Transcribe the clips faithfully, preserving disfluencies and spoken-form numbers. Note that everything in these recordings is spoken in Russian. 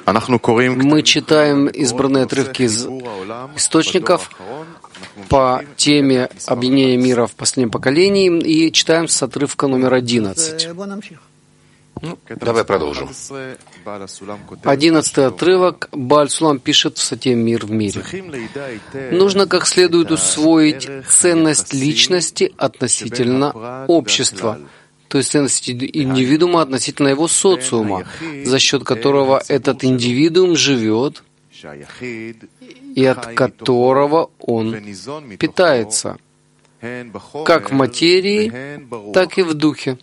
Мы читаем избранные отрывки из источников по теме объединения мира в последнем поколении и читаем с отрывка номер одиннадцать. Ну, давай продолжим. Одиннадцатый отрывок. Бааль Сулам пишет в статье «Мир в мире». Нужно как следует усвоить ценность личности относительно общества, то есть ценность индивидуума относительно его социума, за счет которого этот индивидуум живет и от которого он питается, как в материи, так и в духе.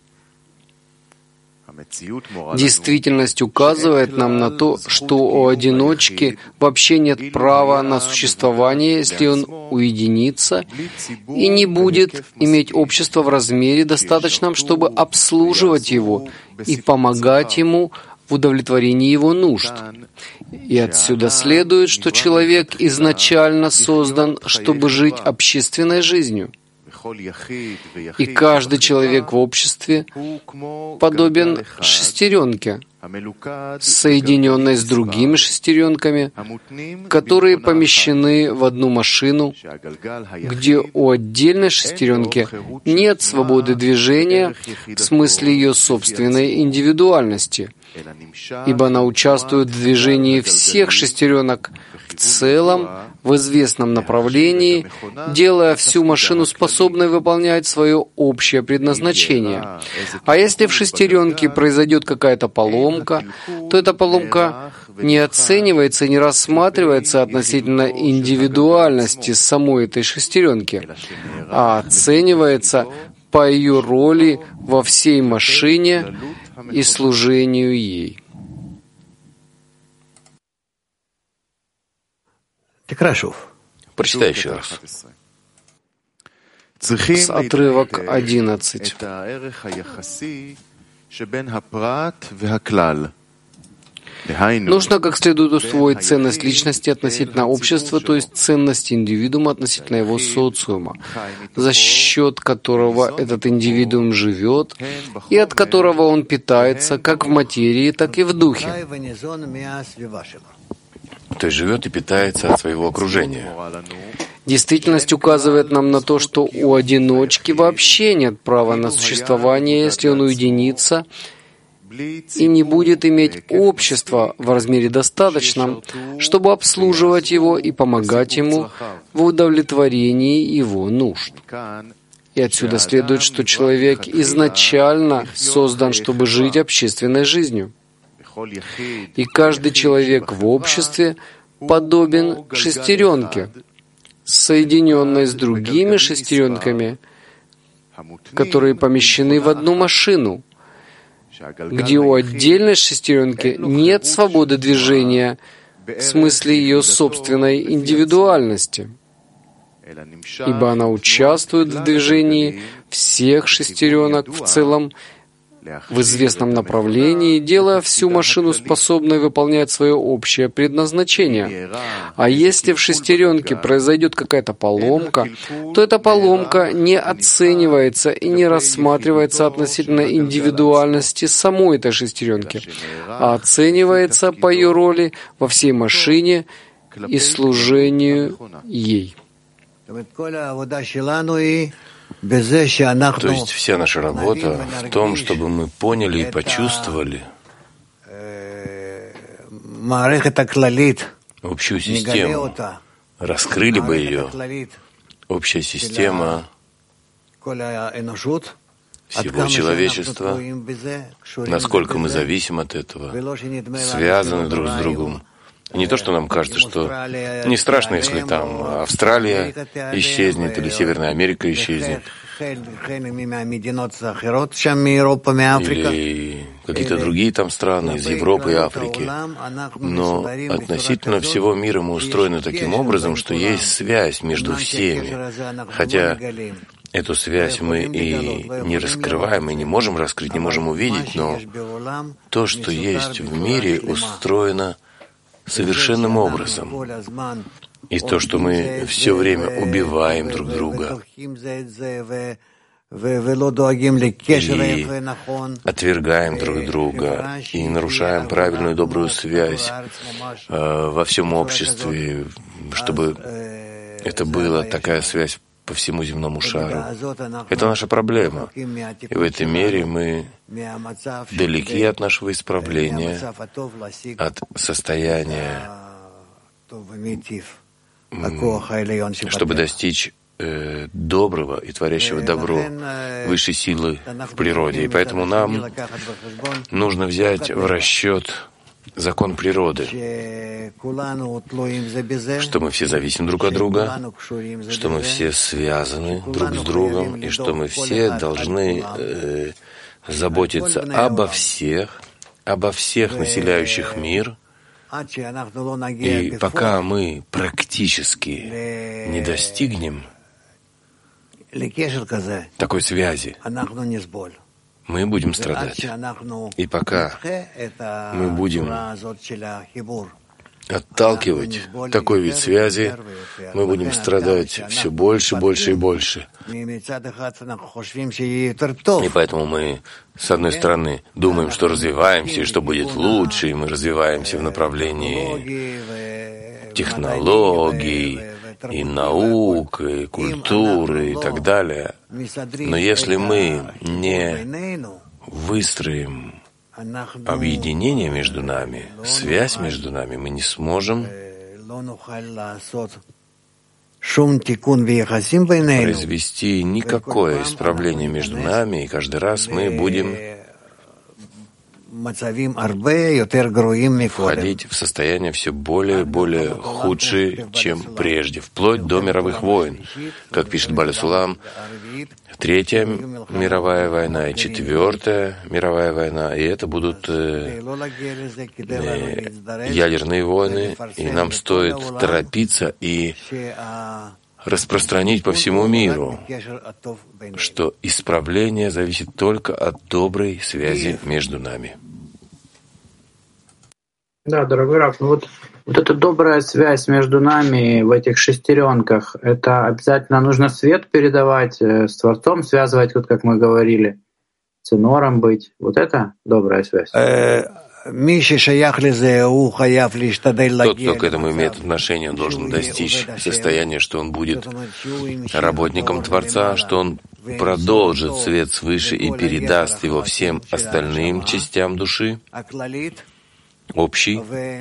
Действительность указывает нам на то, что у одиночки вообще нет права на существование, если он уединится и не будет иметь общество в размере достаточном, чтобы обслуживать его и помогать ему в удовлетворении его нужд. И отсюда следует, что человек изначально создан, чтобы жить общественной жизнью. И каждый человек в обществе подобен шестеренке, соединенной с другими шестеренками, которые помещены в одну машину, где у отдельной шестеренки нет свободы движения в смысле ее собственной индивидуальности, ибо она участвует в движении всех шестеренок в целом, в известном направлении, делая всю машину способной выполнять свое общее предназначение. А если в шестеренке произойдет какая-то поломка, то эта поломка не оценивается и не рассматривается относительно индивидуальности самой этой шестеренки, а оценивается по ее роли во всей машине и служению ей. Прочитай еще раз. С отрывок одиннадцать. Нужно как следует усвоить ценность личности относительно общества, то есть ценность индивидуума относительно его социума, за счет которого этот индивидуум живет и от которого он питается как в материи, так и в духе. То есть живет и питается от своего окружения. Действительность указывает нам на то, что у одиночки вообще нет права на существование, если он уединится и не будет иметь общества в размере достаточном, чтобы обслуживать его и помогать ему в удовлетворении его нужд. И отсюда следует, что человек изначально создан, чтобы жить общественной жизнью. И каждый человек в обществе подобен шестеренке, соединенной с другими шестеренками, которые помещены в одну машину, где у отдельной шестеренки нет свободы движения в смысле ее собственной индивидуальности, ибо она участвует в движении всех шестеренок в целом, в известном направлении, делая всю машину способной выполнять свое общее предназначение. А если в шестеренке произойдет какая-то поломка, то эта поломка не оценивается и не рассматривается относительно индивидуальности самой этой шестеренки, а оценивается по ее роли во всей машине и служению ей. То есть вся наша работа в том, чтобы мы поняли и почувствовали общую систему, раскрыли бы ее, общая система всего человечества, насколько мы зависим от этого, связаны друг с другом. И не то, что нам кажется, что не страшно, если там Австралия исчезнет или Северная Америка исчезнет, или какие-то другие там страны из Европы и Африки. Но относительно всего мира мы устроены таким образом, что есть связь между всеми. Хотя эту связь мы и не раскрываем, и не можем раскрыть, не можем увидеть, но то, что есть в мире, устроено совершенным образом. И то, что мы все время убиваем друг друга, и отвергаем друг друга, и нарушаем правильную добрую связь э, во всем обществе, чтобы это была такая связь по всему земному шару. Это наша проблема. И в этой мере мы далеки от нашего исправления, от состояния, чтобы достичь э, доброго и творящего добро, высшей силы в природе. И поэтому нам нужно взять в расчет закон природы, что мы все зависим друг от друга, что мы все связаны друг с другом, и что мы все должны э, заботиться обо всех, обо всех населяющих мир. И пока мы практически не достигнем такой связи, мы будем страдать. И пока мы будем отталкивать такой вид связи, мы будем страдать все больше, больше и больше. И поэтому мы, с одной стороны, думаем, что развиваемся, и что будет лучше, и мы развиваемся в направлении технологий, и наук, и культуры, и так далее. Но если мы не выстроим объединение между нами, связь между нами, мы не сможем произвести никакое исправление между нами, и каждый раз мы будем входить в состояние все более и более худшее, чем прежде, вплоть до мировых войн. Как пишет Баля Сулам, Третья мировая война и Четвертая мировая война, и это будут э, э, ядерные войны, и нам стоит торопиться и распространить по всему миру, что исправление зависит только от доброй связи между нами. Да, дорогой Рав, ну вот, вот эта добрая связь между нами в этих шестеренках, это обязательно нужно свет передавать, э, с Творцом связывать, вот как мы говорили, ценором быть. Вот это добрая связь. Тот, кто к этому имеет отношение, он должен достичь состояния, что он будет работником Творца, что он продолжит свет свыше и передаст его всем остальным частям души, общий.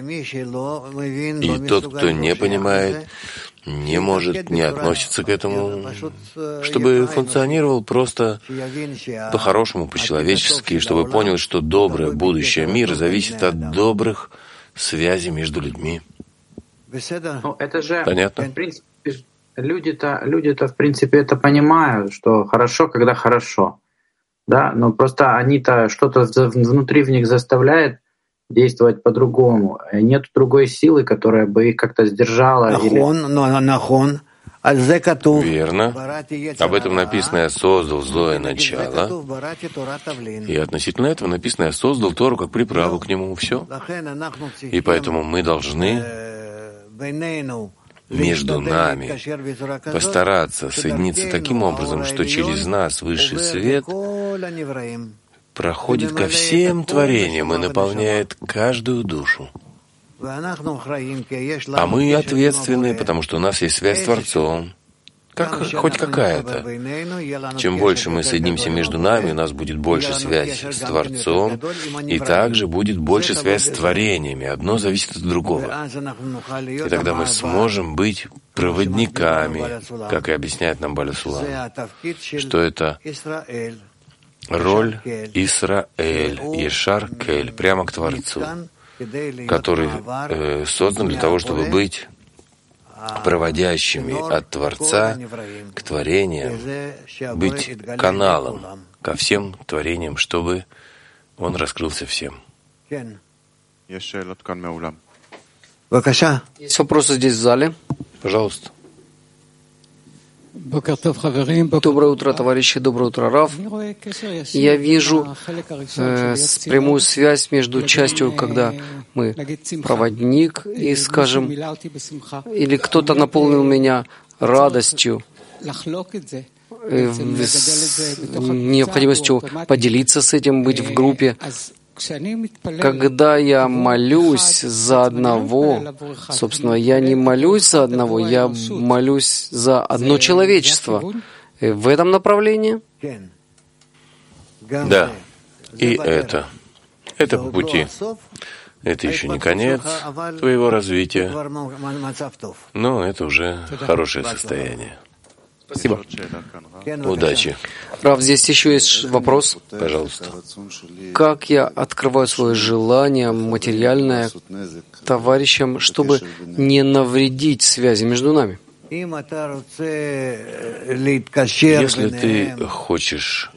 И тот, кто не понимает, не может, не относится к этому, чтобы функционировал просто по-хорошему, по-человечески, чтобы понял, что доброе будущее мира зависит от добрых связей между людьми. Ну, это же, понятно? В принципе, люди-то, люди-то, в принципе, это понимают, что хорошо, когда хорошо. Да? Но просто они-то что-то внутри в них заставляет действовать по-другому. Нет другой силы, которая бы их как-то сдержала. Или... Верно. Об этом написано «Я создал злое начало». И относительно этого написано «Я создал Тору как приправу к нему». Все. И поэтому мы должны между нами постараться соединиться таким образом, что через нас высший свет проходит ко всем творениям и наполняет каждую душу. А мы ответственны, потому что у нас есть связь с Творцом, как, хоть какая-то. Чем больше мы соединимся между нами, у нас будет больше связь с Творцом, и также будет больше связь с творениями. Одно зависит от другого. И тогда мы сможем быть проводниками, как и объясняет нам Баля Сулам, что это роль Исраэль, Ешар Кель, прямо к Творцу, который э, создан для того, чтобы быть проводящими от Творца к творениям, быть каналом ко всем творениям, чтобы он раскрылся всем. Есть вопросы здесь в зале? Пожалуйста. Доброе утро, товарищи, доброе утро, Рав. Я вижу э, прямую связь между частью, когда мы проводник, и, скажем, или кто-то наполнил меня радостью, э, с необходимостью поделиться с этим, быть в группе. Когда я молюсь за одного, собственно, я не молюсь за одного, я молюсь за одно человечество. В этом направлении? Да, и это. Это по пути. Это еще не конец твоего развития, но это уже хорошее состояние. Спасибо. Удачи. Рав, здесь еще есть вопрос. Пожалуйста. Как я открываю свое желание материальное товарищам, чтобы не навредить связи между нами? Если ты хочешь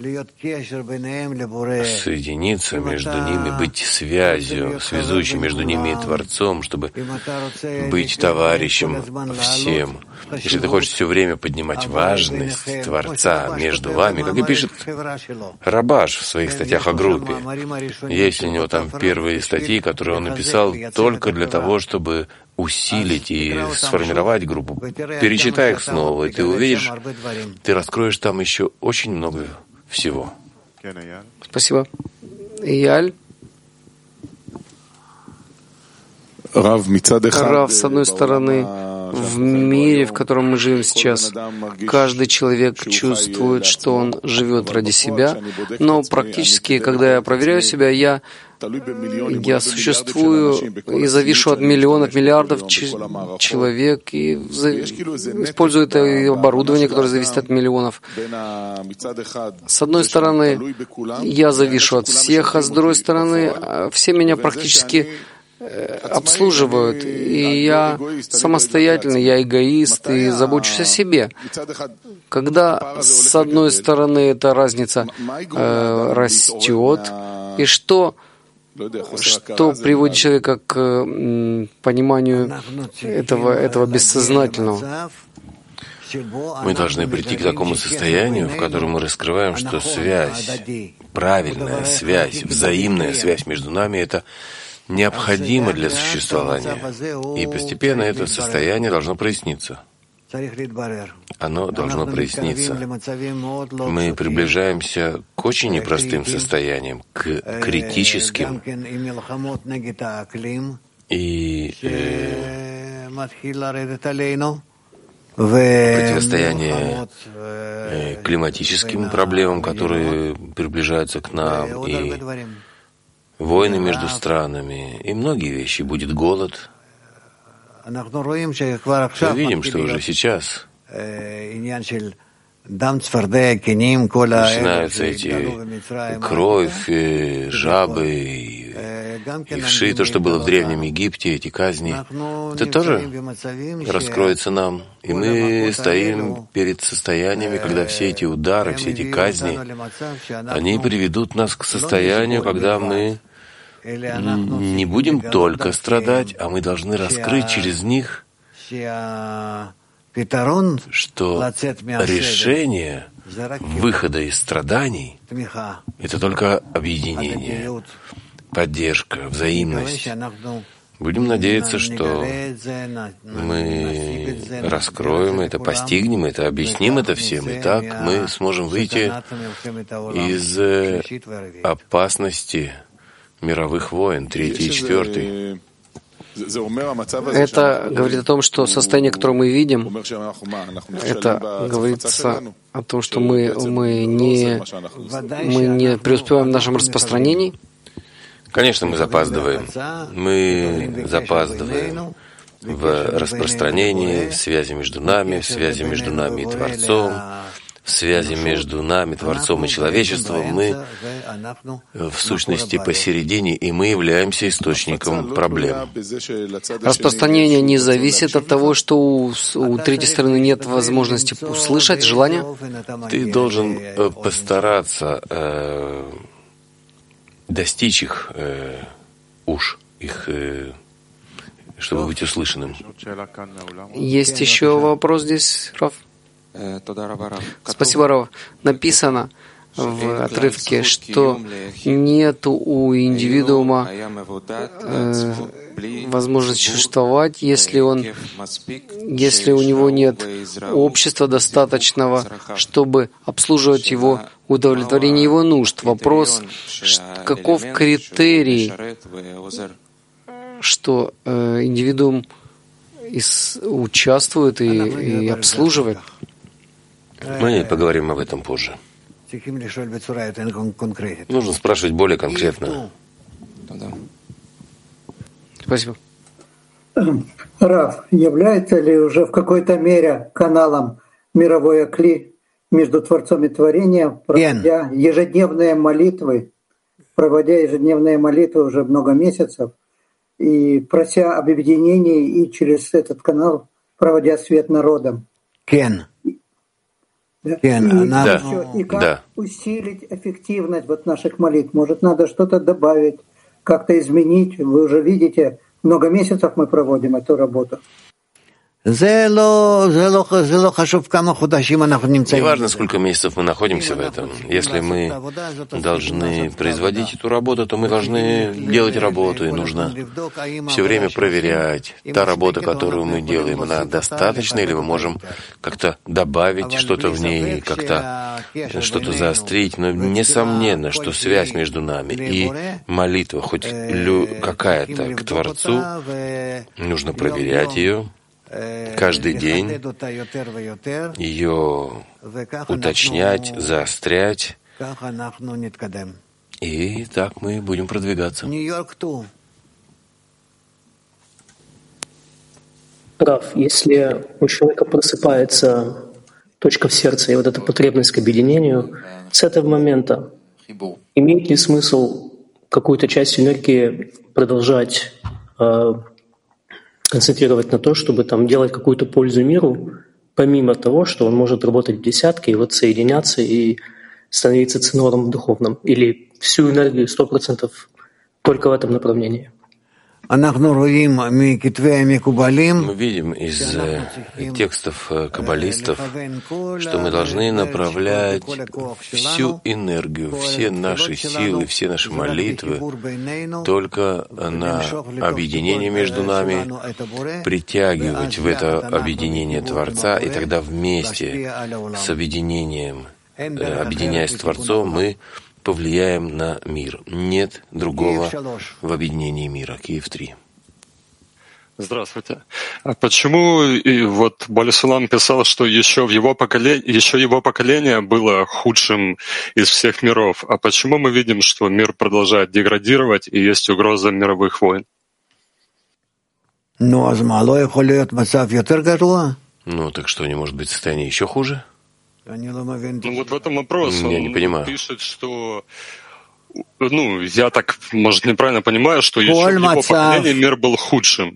соединиться между ними, быть связью, связующей между ними и Творцом, чтобы быть товарищем всем, если ты хочешь все время поднимать важность Творца между вами, как и пишет Рабаш в своих статьях о группе, есть у него там первые статьи, которые он написал только для того, чтобы усилить и сформировать группу. Перечитай их снова, и ты увидишь, ты раскроешь там еще очень много всего. Спасибо. Ияль? Рав, с одной стороны, в мире, в котором мы живем сейчас, каждый человек чувствует, что он живет ради себя, но практически, когда я проверяю себя, я Я существую и завишу от миллионов, миллиардов человек и использую это оборудование, которое зависит от миллионов. С одной стороны, я завишу от всех, а с другой стороны, все меня практически обслуживают, и я самостоятельный, я эгоист и забочусь о себе. Когда, с одной стороны, эта разница э, растет, и что Что приводит человека к м, пониманию этого, этого бессознательного? Мы должны прийти к такому состоянию, в котором мы раскрываем, что связь, правильная связь, взаимная связь между нами — это необходимо для существования. И постепенно это состояние должно проясниться. Оно должно проясниться. Мы приближаемся к очень непростым состояниям, к критическим. И э, противостояние э, климатическим проблемам, которые приближаются к нам, и войны между странами, и многие вещи. Будет голод. Мы видим, что уже сейчас начинаются эти кровь, жабы и, и вши, то, что было в Древнем Египте, эти казни. Это тоже раскроется нам. И мы стоим перед состояниями, когда все эти удары, все эти казни, они приведут нас к состоянию, когда мы не будем только страдать, а мы должны раскрыть через них, что решение выхода из страданий — это только объединение, поддержка, взаимность. Будем надеяться, что мы раскроем это, постигнем это, объясним это всем, и так мы сможем выйти из опасности мировых войн, третий и четвертый. Это говорит о том, что состояние, которое мы видим, это говорится о том, что мы, мы, не, мы не преуспеваем в нашем распространении. Конечно, мы запаздываем. Мы запаздываем в распространении, в связи между нами, в связи между нами и Творцом, в связи между нами, Творцом и человечеством. Мы в сущности посередине, и мы являемся источником проблем. Распространение не зависит от того, что у, у третьей стороны нет возможности услышать желания. Ты должен постараться э, достичь их э, уш, их, э, чтобы быть услышанным. Есть еще вопрос здесь, Рав? Спасибо, Рав. Написано, в отрывке, что нет у индивидуума э, возможности существовать, если он, если у него нет общества достаточного, чтобы обслуживать его удовлетворение его нужд. Вопрос, каков критерий, что э, индивидуум из, участвует и, и обслуживает? Мы поговорим об этом позже. Нужно спрашивать более конкретно. Спасибо. Рав, является ли уже в какой-то мере каналом мировой Акли между Творцом и Творением, проводя ежедневные молитвы, проводя ежедневные молитвы уже много месяцев, и прося об объединении, и через этот канал проводя свет народам? Кен. Да. Кен, и, да. еще, и как да. усилить эффективность вот наших молитв? Может, надо что-то добавить, как-то изменить? Вы уже видите, много месяцев мы проводим эту работу. Неважно, сколько месяцев мы находимся в этом. Если мы должны производить эту работу, то мы должны делать работу, и нужно все время проверять, та работа, которую мы делаем, она достаточна, или мы можем как-то добавить что-то в ней, как-то что-то заострить. Но несомненно, что связь между нами и молитва, хоть какая-то к Творцу, нужно проверять ее каждый день, ее уточнять, заострять, и так мы будем продвигаться. Рав, если у человека просыпается точка в сердце и вот эта потребность к объединению, с этого момента имеет ли смысл какую-то часть энергии продолжать э, концентрировать на то, чтобы там делать какую-то пользу миру, помимо того, что он может работать в десятке и вот соединяться и становиться ценором духовным, или всю энергию сто процентов только в этом направлении? Мы видим из текстов каббалистов, что мы должны направлять всю энергию, все наши силы, все наши молитвы только на объединение между нами, притягивать в это объединение Творца, и тогда вместе с объединением, объединяясь с Творцом, мы повлияем на мир. Нет другого в объединении мира. Киев три. Здравствуйте. А почему и вот Балисулам писал, что еще в его поколение, еще его поколение было худшим из всех миров? А почему мы видим, что мир продолжает деградировать и есть угроза мировых войн? Ну, так что, не может быть состояние еще хуже? Ну вот в этом вопрос. Я Он не понимаю. Пишет, что, ну, я так, может, неправильно понимаю, что еще в его поколении мир был худшим.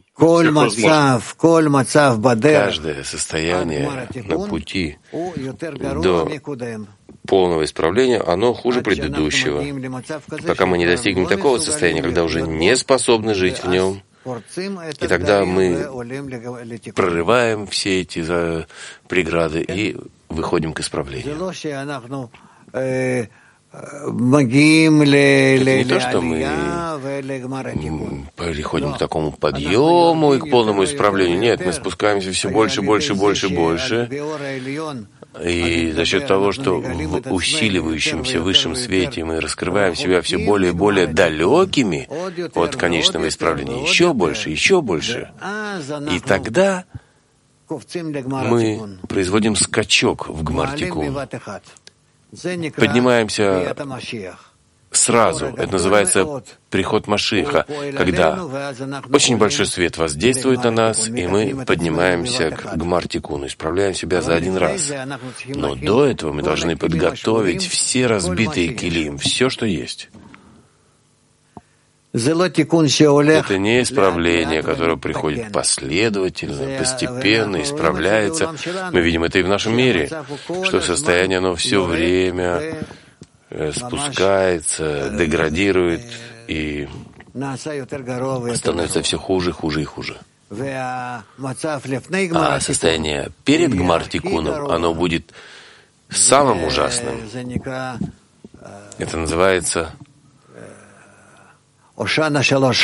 Каждое состояние на пути до полного исправления, оно хуже предыдущего. Пока мы не достигнем такого состояния, когда уже не способны жить в нем, и тогда мы прорываем все эти преграды и выходим к исправлению. Это не то, что мы переходим к такому подъему и к полному исправлению. Нет, мы спускаемся все больше, больше, больше, больше. И за счет того, что в усиливающемся высшем свете мы раскрываем себя все более и более далекими от конечного исправления, еще больше, еще больше. И тогда мы производим скачок в Гмар-Тикун. Поднимаемся сразу. Это называется приход Машиаха, когда очень большой свет воздействует на нас, и мы поднимаемся к Гмар-Тикуну, исправляем себя за один раз. Но до этого мы должны подготовить все разбитые килим, все, что есть. Это не исправление, которое приходит последовательно, постепенно, исправляется. Мы видим это и в нашем мире, что состояние, оно все время спускается, деградирует и становится все хуже, хуже и хуже. А состояние перед Гмар-Тикуном, оно будет самым ужасным. Это называется Ошана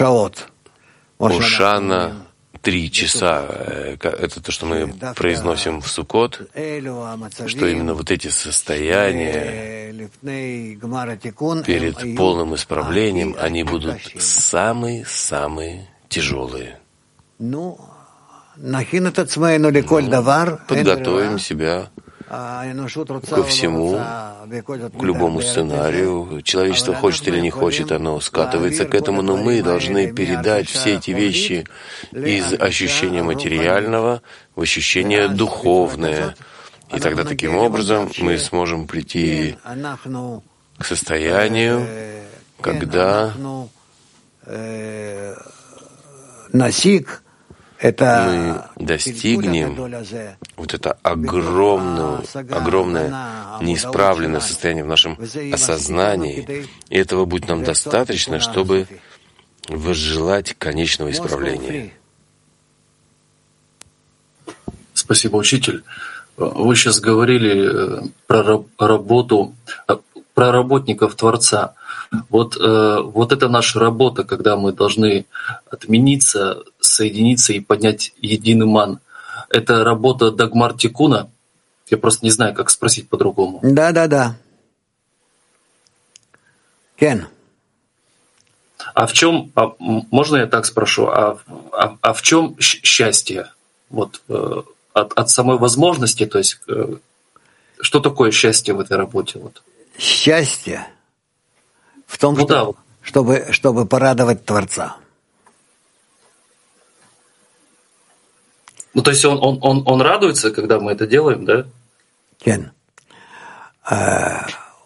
три часа. Это то, что мы произносим в Суккот, что именно вот эти состояния перед полным исправлением, они будут самые-самые тяжелые. Подготовим себя ко всему, к любому сценарию. Человечество хочет или не хочет, оно скатывается к этому, но мы должны передать все эти вещи из ощущения материального в ощущение духовное. И тогда таким образом мы сможем прийти к состоянию, когда мы достигнем вот это огромное, огромное неисправленное состояние в нашем осознании, и этого будет нам достаточно, чтобы возжелать конечного исправления. Спасибо, учитель. Вы сейчас говорили про работу, про работников Творца. Вот, вот это наша работа, когда мы должны отмениться, соединиться и поднять единый ман. Это работа Дагмар Тикуна. Я просто не знаю, как спросить по-другому. Да, да, да. Кен. А в чем, а, можно я так спрошу, а, а, а в чем счастье? Вот э, от, от самой возможности, то есть э, что такое счастье в этой работе? Вот. Счастье в том, ну, что, да. чтобы, чтобы порадовать Творца. Ну, то есть он, он, он, он радуется, когда мы это делаем, да? Кен. Да.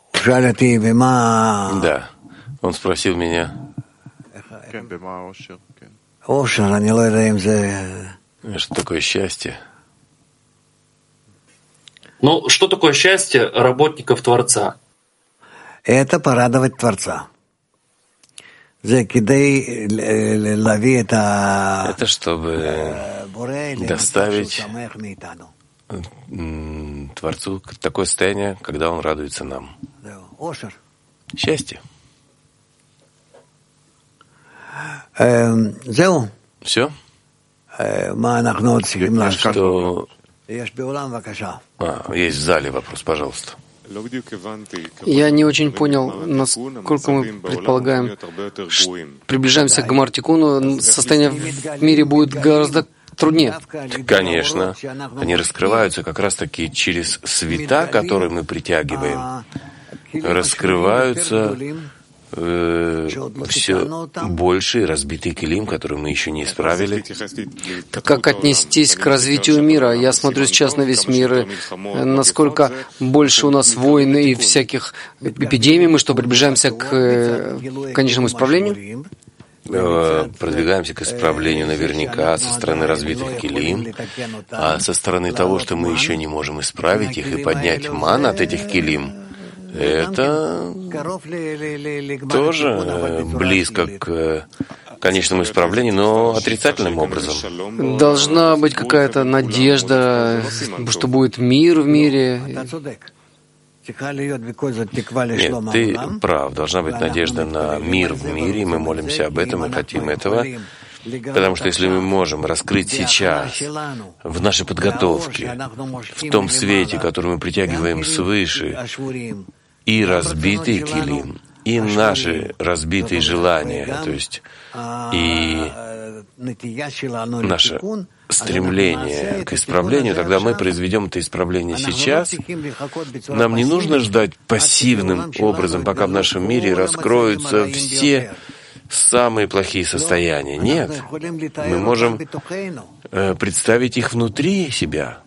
Он спросил меня. Что такое счастье? Ну, что такое счастье работников Творца? Это порадовать Творца. Это чтобы доставить Творцу такое состояние, когда Он радуется нам. Счастье. Все? Что... А, есть в зале вопрос, пожалуйста. Я не очень понял, насколько мы предполагаем, что приближаемся к Гмар-Тикуну, состояние в мире будет гораздо труднее. Конечно. Они раскрываются как раз-таки через света, которые мы притягиваем. Раскрываются э, все больше разбитый килим, который мы еще не исправили. Так как отнестись к развитию мира? Я смотрю сейчас на весь мир, насколько больше у нас войн и всяких эпидемий, мы что, приближаемся к конечному исправлению? Продвигаемся к исправлению наверняка со стороны разбитых килим, а со стороны того, что мы еще не можем исправить их и поднять ман от этих килим, это тоже близко к конечному исправлению, но отрицательным образом. Должна быть какая-то надежда, что будет мир в мире. Нет, ты прав. Должна быть надежда на мир в мире, и мы молимся об этом и хотим этого. Потому что если мы можем раскрыть сейчас, в нашей подготовке, в том свете, который мы притягиваем свыше, и разбитый килим, и наши разбитые желания, то есть и наше стремление к исправлению, тогда мы произведем это исправление сейчас. Нам не нужно ждать пассивным образом, пока в нашем мире раскроются все самые плохие состояния. Нет, мы можем э, представить их внутри себя.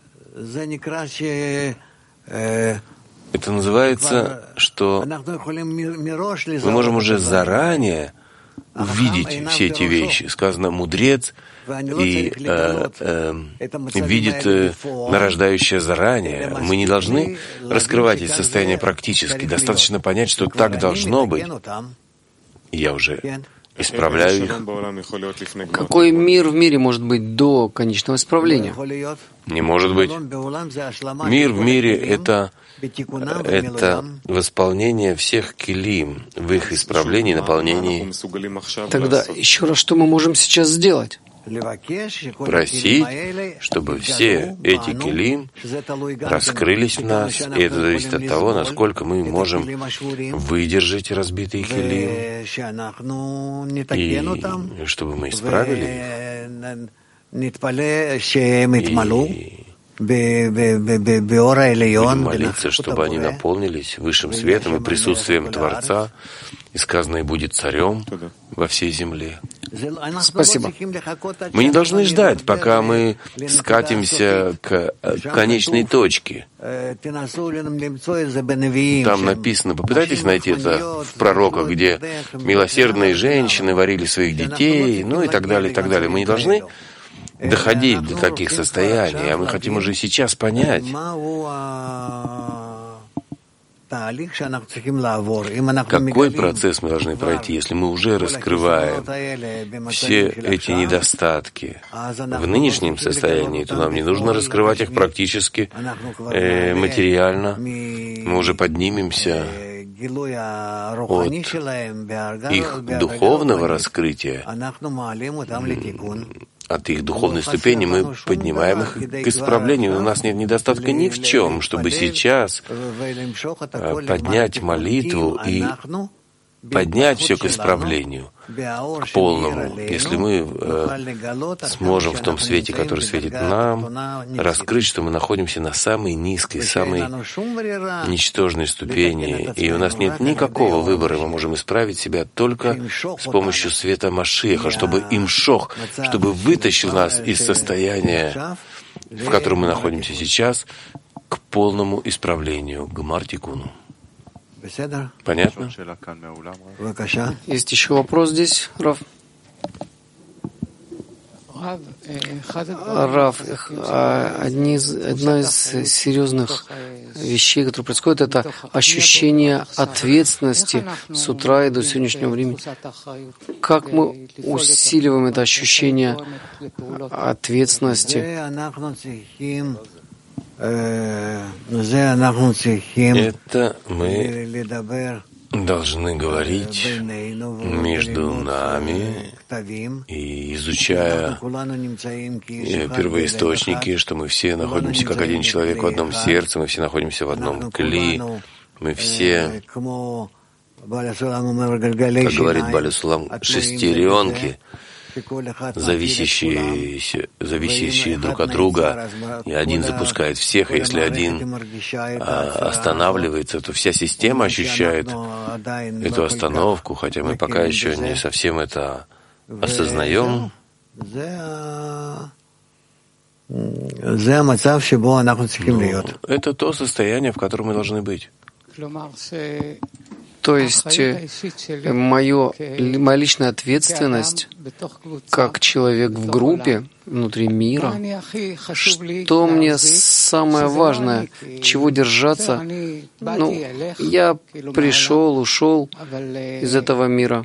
Это называется, что мы можем уже заранее увидеть все эти вещи. Сказано, мудрец и э, э, видит э, нарождающее заранее. Мы не должны раскрывать эти состояния практически. Достаточно понять, что так должно быть. И я уже исправляю их. Какой мир в мире может быть до конечного исправления? Не может быть. Мир в мире — это, это восполнение всех килим в их исправлении и наполнении. Тогда еще раз, что мы можем сейчас сделать? Просить, чтобы все эти килим раскрылись в нас, и это зависит от того, насколько мы можем выдержать разбитые килим, и чтобы мы исправили их. И будем молиться, чтобы они наполнились высшим светом и присутствием Творца, и сказанное будет царем во всей земле. Спасибо. Мы не должны ждать, пока мы скатимся к конечной точке. Там написано, попытайтесь найти это в пророках, где милосердные женщины варили своих детей, ну и так далее, и так далее. Мы не должны доходить до таких состояний, а мы хотим уже сейчас понять, какой процесс мы должны пройти, если мы уже раскрываем все эти недостатки в нынешнем состоянии, то нам не нужно раскрывать их практически э, материально. Мы уже поднимемся от их духовного раскрытия, от их духовной ступени, мы поднимаем их к исправлению. У нас нет недостатка ни в чем, чтобы сейчас поднять молитву и поднять все к исправлению, к полному. Если мы э, сможем в том свете, который светит нам, раскрыть, что мы находимся на самой низкой, самой ничтожной ступени, и у нас нет никакого выбора, мы можем исправить себя только с помощью света Машиаха, чтобы имшох, чтобы вытащил нас из состояния, в котором мы находимся сейчас, к полному исправлению, к Гмар-тикуну. Понятно? Есть еще вопрос здесь, Рав? Рав, одни из, одна из серьезных вещей, которые происходят, это ощущение ответственности с утра и до сегодняшнего времени. Как мы усиливаем это ощущение ответственности? Это мы должны говорить между нами и изучая первоисточники, что мы все находимся как один человек в одном сердце, мы все находимся в одном кли, мы все, как говорит Бааль Сулам, шестеренки, зависящие, зависящие друг от друга, и один запускает всех, и если один а, останавливается, то вся система ощущает эту остановку, хотя мы пока еще не совсем это осознаем. Это то состояние, в котором мы должны быть. То есть мое, моя личная ответственность как человек в группе, внутри мира, что мне самое важное, чего держаться. Ну, я пришел, ушел из этого мира.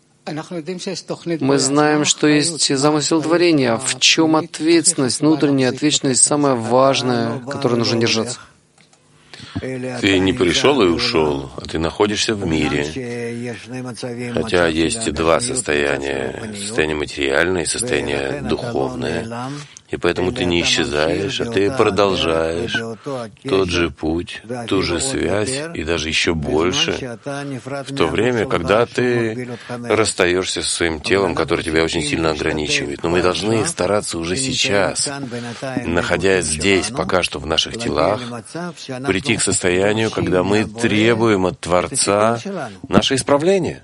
Мы знаем, что есть замысел творения. В чем ответственность, внутренняя ответственность, самое важное, которое нужно держаться? Ты не пришел и ушел, а ты находишься в мире. Хотя есть два состояния. Состояние материальное и состояние духовное. И поэтому ты не исчезаешь, а ты продолжаешь тот же путь, ту же связь и даже еще больше, в то время, когда ты расстаешься со своим телом, которое тебя очень сильно ограничивает. Но мы должны стараться уже сейчас, находясь здесь, пока что в наших телах, прийти к состоянию, когда мы требуем от Творца наше исправление.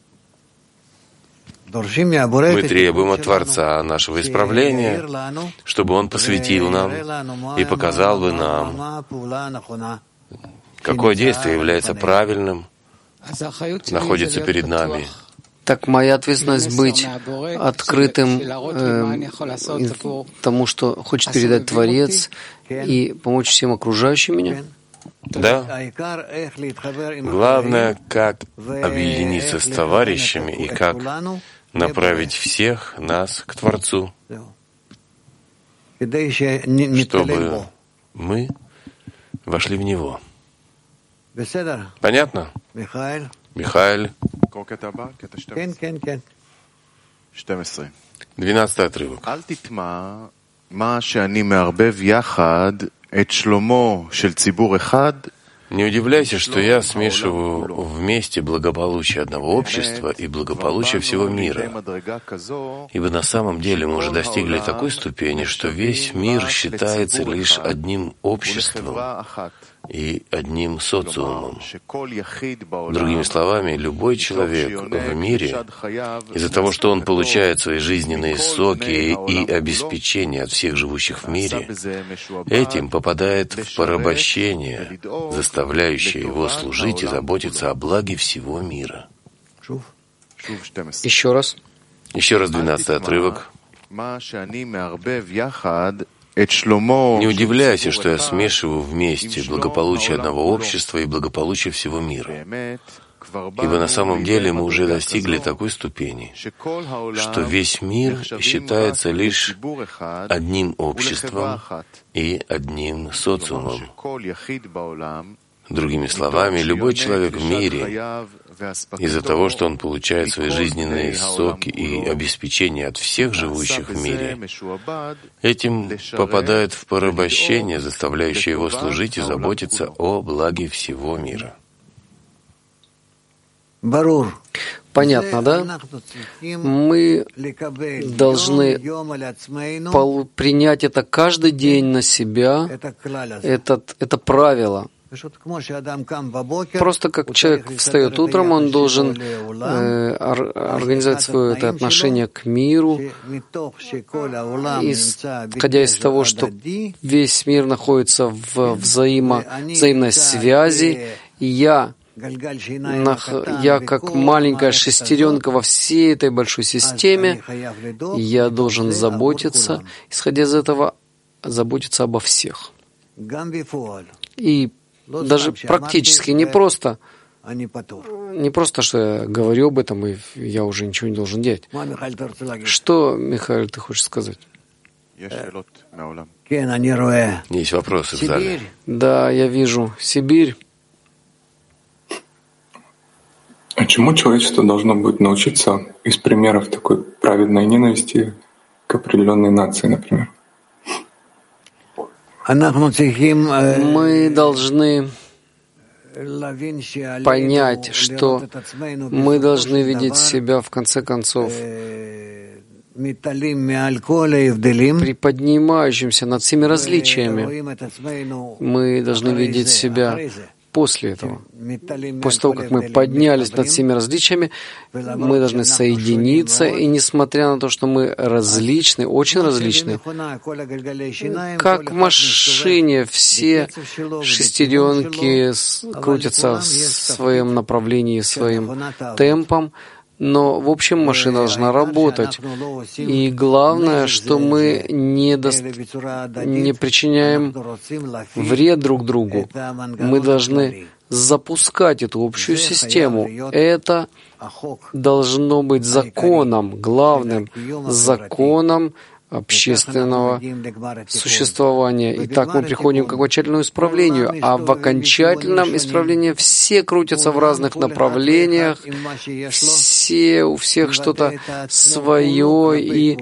Мы требуем от Творца нашего исправления, чтобы Он посвятил нам и показал бы нам, какое действие является правильным, находится перед нами. Так моя ответственность быть открытым э, тому, что хочет передать Творец, и помочь всем окружающим меня? Да. Главное, как объединиться с товарищами и как направить всех нас к Творцу, чтобы мы вошли в Него. Понятно? Михаил. Двенадцатый отрывок. Не удивляйся, что я смешиваю вместе благополучие одного общества и благополучие всего мира. Ибо на самом деле мы уже достигли такой ступени, что весь мир считается лишь одним обществом и одним социумом. Другими словами, любой человек в мире, из-за того, что он получает свои жизненные соки и обеспечение от всех живущих в мире, этим попадает в порабощение, заставляющее его служить и заботиться о благе всего мира. Еще раз. Еще раз двенадцатый отрывок. Не удивляйся, что я смешиваю вместе благополучие одного общества и благополучие всего мира. Ибо на самом деле мы уже достигли такой ступени, что весь мир считается лишь одним обществом и одним социумом. Другими словами, любой человек в мире, из-за того, что он получает свои жизненные соки и обеспечение от всех живущих в мире, этим попадает в порабощение, заставляющее его служить и заботиться о благе всего мира. Понятно, да? Мы должны принять это каждый день на себя, этот, это правило. Просто как человек встает утром, он должен э, организовать свое это отношение к миру, исходя из того, что весь мир находится в взаимо, взаимной связи, и я, я как маленькая шестеренка во всей этой большой системе, я должен заботиться, исходя из этого, заботиться обо всех. И даже практически не просто, не просто, что я говорю об этом, и я уже ничего не должен делать. Что, Михаил, ты хочешь сказать? Есть вопросы в зале. Да, я вижу. Сибирь. А чему человечество должно будет научиться из примеров такой праведной ненависти к определенной нации, например? Мы должны понять, что мы должны видеть себя, в конце концов, приподнимающимся над всеми различиями. Мы должны видеть себя после этого. После того, как мы поднялись над всеми различиями, мы должны соединиться, и несмотря на то, что мы различны, очень различны, как в машине все шестеренки крутятся в своем направлении, своим темпом, но, в общем, машина должна работать. И главное, что мы не, до... не причиняем вред друг другу. Мы должны запускать эту общую систему. Это должно быть законом, главным законом общественного существования. И так мы приходим к окончательному исправлению. А в окончательном исправлении все крутятся в разных направлениях, все, у всех что-то свое и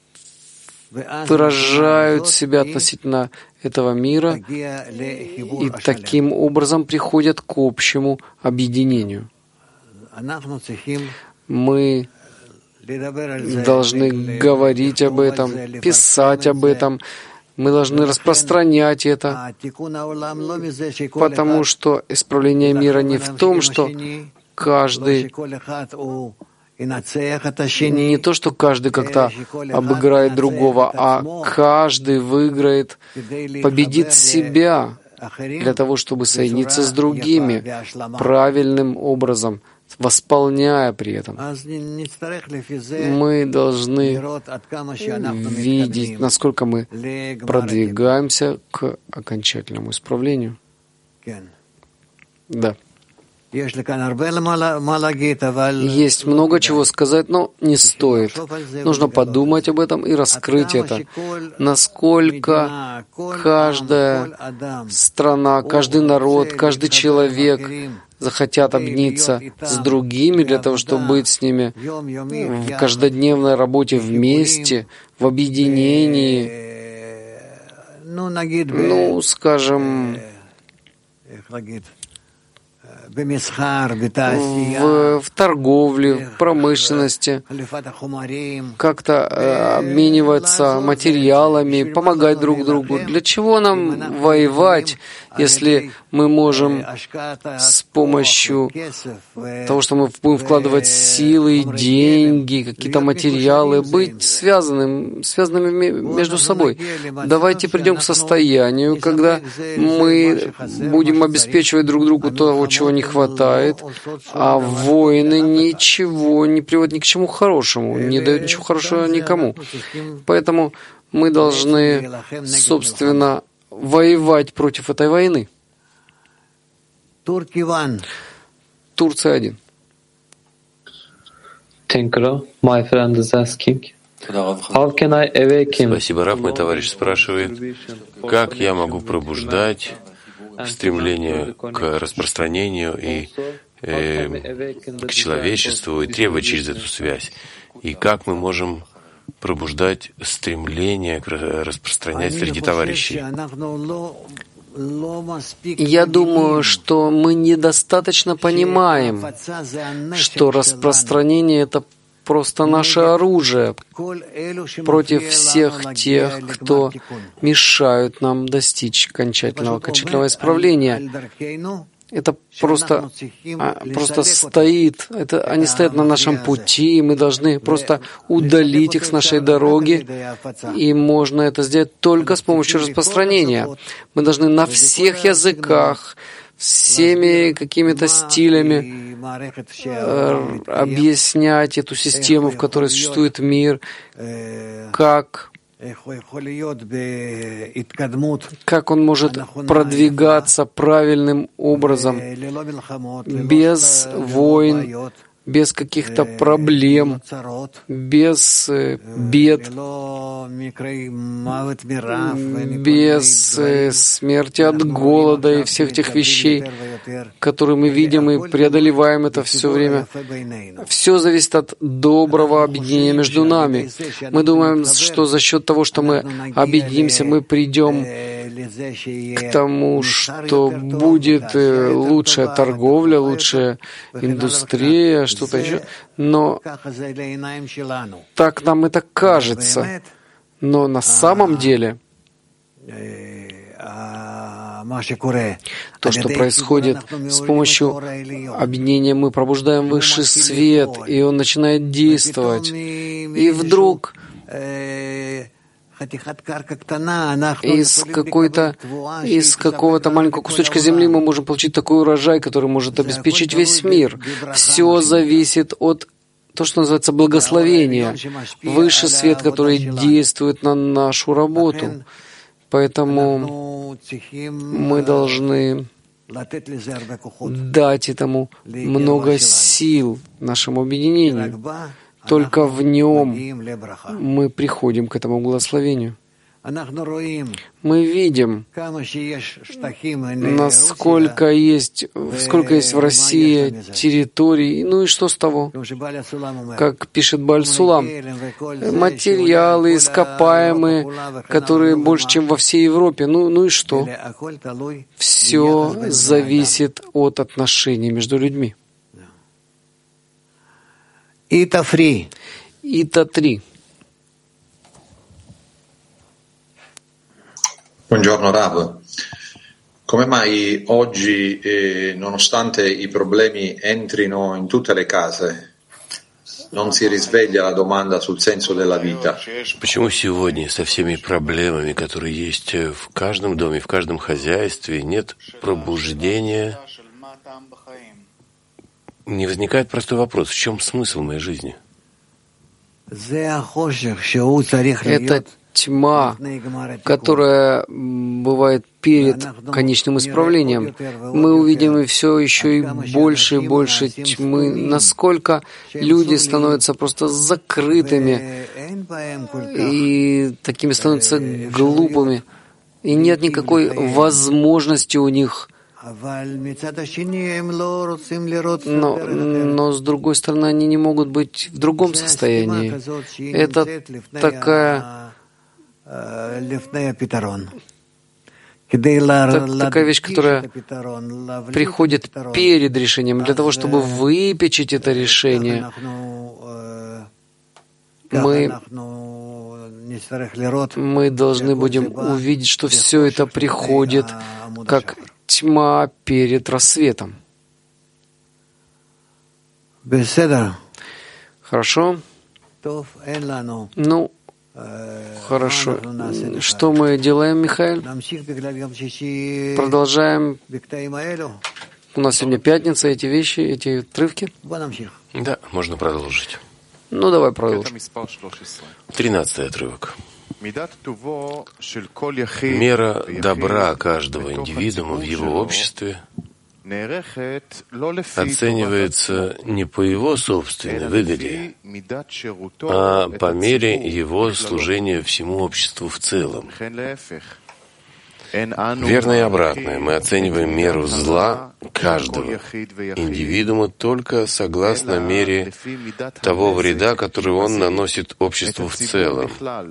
выражают себя относительно этого мира и таким образом приходят к общему объединению. Мы должны говорить об этом, писать об этом, мы должны распространять это, потому что исправление мира не в том, что каждый, не то, что каждый как-то обыграет другого, а каждый выиграет, победит себя для того, чтобы соединиться с другими правильным образом, восполняя при этом. Мы должны видеть, насколько мы продвигаемся к окончательному исправлению. Да. Есть много чего сказать, но не стоит. Нужно подумать об этом и раскрыть это. Насколько каждая страна, каждый народ, каждый человек захотят объединиться с другими для того, чтобы быть с ними в каждодневной работе вместе, в объединении, ну, скажем, в, в торговле, в промышленности, как-то э, обмениваться материалами, помогать друг другу. Для чего нам воевать, если мы можем с помощью того, что мы будем вкладывать силы, деньги, какие-то материалы, быть связанным, связанными между собой? Давайте придем к состоянию, когда мы будем обеспечивать друг другу того, чего не хватает, а войны ничего не приводят ни к чему хорошему, не дают ничего хорошего никому. Поэтому мы должны, собственно, воевать против этой войны. Турция один. Спасибо, Рав. Мой товарищ спрашивает, как я могу пробуждать стремление к распространению и э, к человечеству и требовать через эту связь. И как мы можем пробуждать стремление к распространять среди товарищей? Я думаю, что мы недостаточно понимаем, что распространение — это просто наше оружие против всех тех, кто мешают нам достичь окончательного, окончательного исправления. Это просто, просто стоит, это, они стоят на нашем пути, и мы должны просто удалить их с нашей дороги, и можно это сделать только с помощью распространения. Мы должны на всех языках, всеми какими-то стилями э, объяснять эту систему, в которой существует мир, как, как он может продвигаться правильным образом, без войн, без каких-то проблем, без э, бед, без э, смерти от голода и всех тех вещей, которые мы видим и преодолеваем это все время. Все зависит от доброго объединения между нами. Мы думаем, что за счет того, что мы объединимся, мы придем к тому, что будет лучшая торговля, лучшая индустрия, что-то еще. Но так нам это кажется. Но на самом деле то, что происходит с помощью объединения, мы пробуждаем высший свет, и он начинает действовать. И вдруг из какой-то, из какого-то маленького кусочка земли мы можем получить такой урожай, который может обеспечить весь мир. Все зависит от того, что называется благословение, высший свет, который действует на нашу работу. Поэтому мы должны дать этому много сил, нашему объединению. Только в нем мы приходим к этому благословению. Мы видим, насколько есть, сколько есть в России территорий, ну и что с того? Как пишет Бааль Сулам, материалы, ископаемые, которые больше, чем во всей Европе, ну, ну и что? Все зависит от отношений между людьми. Ита три. Ита три. Buongiorno Rav. Come mai oggi, eh, nonostante i problemi entrino in tutte le case, non si risveglia la domanda sul senso della vita? Почему сегодня со всеми проблемами, которые есть в каждом доме, в каждом хозяйстве, нет пробуждения? Не возникает простой вопрос: в чем смысл моей жизни? Это тьма, которая бывает перед конечным исправлением. Мы увидим и все еще и больше и больше тьмы, насколько люди становятся просто закрытыми и такими становятся глупыми, и нет никакой возможности у них. Но, но с другой стороны, они не могут быть в другом состоянии. Это такая, так, такая вещь, которая приходит перед решением, для того, чтобы выпечить это решение. Мы, мы должны будем увидеть, что все это приходит как тьма перед рассветом. Хорошо? Ну, хорошо. Что мы делаем, Михаил? Продолжаем. У нас сегодня пятница, эти вещи, эти отрывки. Да, можно продолжить. Ну, давай продолжим. Тринадцатый отрывок. Мера добра каждого индивидуума в его обществе оценивается не по его собственной выгоде, а по мере его служения всему обществу в целом. Верно и обратное. Мы оцениваем меру зла каждого индивидуума только согласно мере того вреда, который он наносит обществу в целом,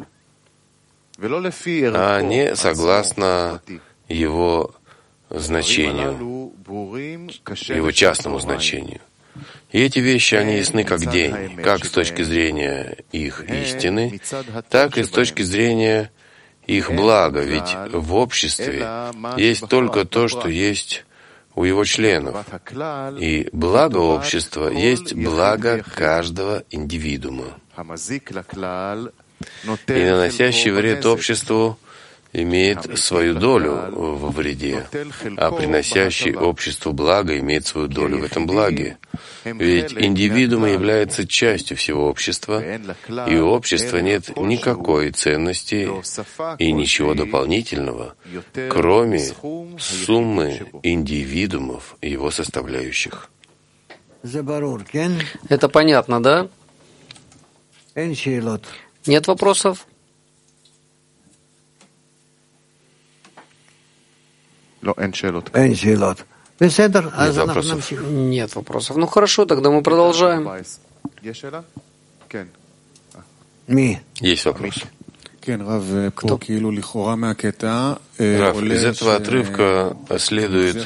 а не согласно его значению, его частному значению. И эти вещи, они ясны как день, как с точки зрения их истины, так и с точки зрения их блага, ведь в обществе есть только то, что есть у его членов, и благо общества есть благо каждого индивидуума. И наносящий вред обществу имеет свою долю во вреде, а приносящий обществу благо имеет свою долю в этом благе. Ведь индивидуум является частью всего общества, и у общества нет никакой ценности и ничего дополнительного, кроме суммы индивидуумов и его составляющих. Это понятно, да? Нет вопросов? Нет вопросов. Нет вопросов. Ну хорошо, тогда мы продолжаем. Есть вопрос. Кто? Рав, из этого отрывка следует,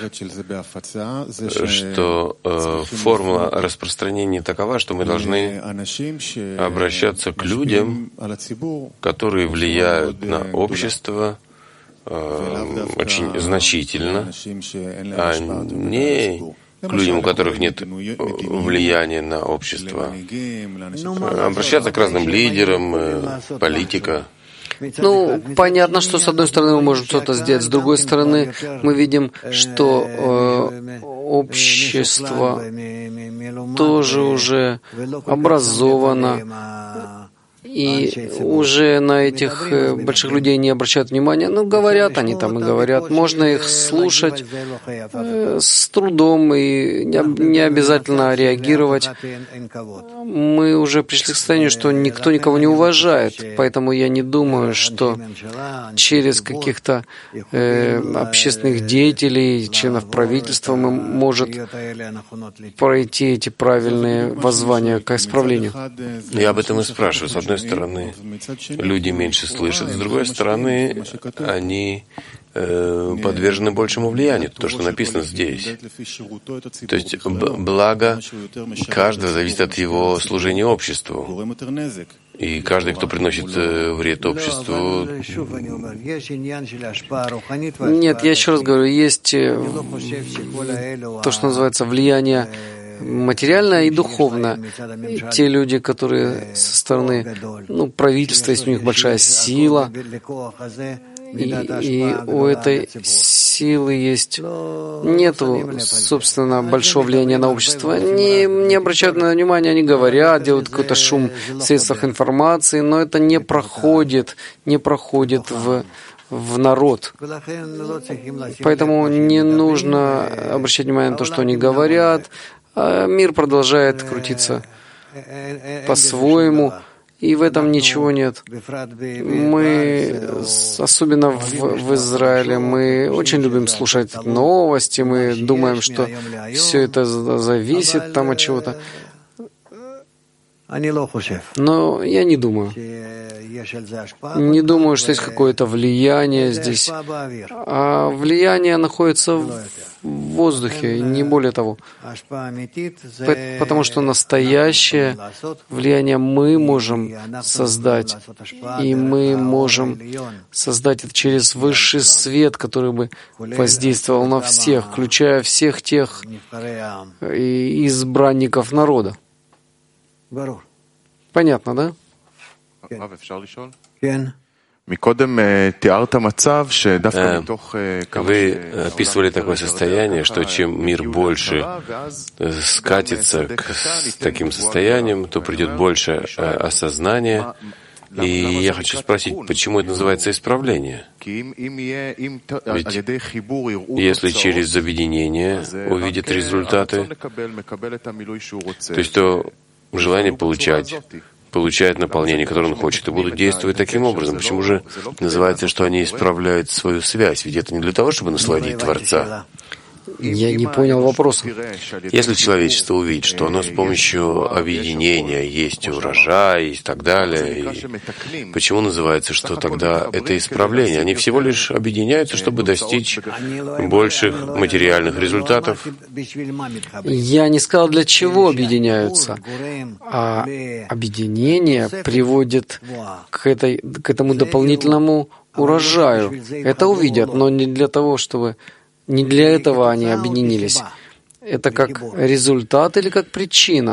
что э, формула распространения такова, что мы должны обращаться к людям, которые влияют на общество э, очень значительно, а не к людям, у которых нет влияния на общество. Обращаться к разным лидерам, э, политика. Ну, понятно, что с одной стороны мы можем что-то сделать, с другой стороны мы видим, что э, общество тоже уже образовано, и уже на этих больших людей не обращают внимания. Ну, говорят они там и говорят. Можно их слушать э, с трудом и не обязательно реагировать. Мы уже пришли к состоянию, что никто никого не уважает. Поэтому я не думаю, что через каких-то э, общественных деятелей, членов правительства мы может пройти эти правильные воззвания к исправлению. Я об этом и спрашиваю. С одной стороны, люди меньше слышат, с другой стороны, они э, подвержены большему влиянию, то, что написано здесь. То есть благо каждого зависит от его служения обществу. И каждый, кто приносит э, вред обществу... Нет, я еще раз говорю, есть э, то, что называется влияние материальное и духовное. И те люди, которые со стороны ну, правительства, есть у них большая сила, и, и у этой силы есть нету, собственно, большого влияния на общество. Они не обращают на внимание, они говорят, делают какой-то шум в средствах информации, но это не проходит, не проходит в в народ. Поэтому не нужно обращать внимание на то, что они говорят. А мир продолжает крутиться по-своему, и в этом ничего нет. Мы, особенно в, в Израиле, мы очень любим слушать новости, мы думаем, что все это зависит там от чего-то. Но я не думаю. Не думаю, что есть какое-то влияние здесь. А влияние находится в воздухе, не более того. Потому что настоящее влияние мы можем создать. И мы можем создать это через высший свет, который бы воздействовал на всех, включая всех тех избранников народа. Понятно, да? Вы описывали такое состояние, что чем мир больше скатится к таким состояниям, то придет больше осознания. И я хочу спросить, почему это называется исправление? Ведь если через объединение увидят результаты, то есть то желание получать, получает наполнение, которое он хочет, и будут действовать таким образом. Почему же называется, что они исправляют свою связь? Ведь это не для того, чтобы насладить Творца. Я не понял вопроса. Если человечество увидит, что оно с помощью объединения есть урожай и так далее, и почему называется, что тогда это исправление? Они всего лишь объединяются, чтобы достичь больших материальных результатов. Я не сказал, для чего объединяются, а объединение приводит к, этой, к этому дополнительному урожаю. Это увидят, но не для того, чтобы... Не для этого они объединились. Это как результат или как причина?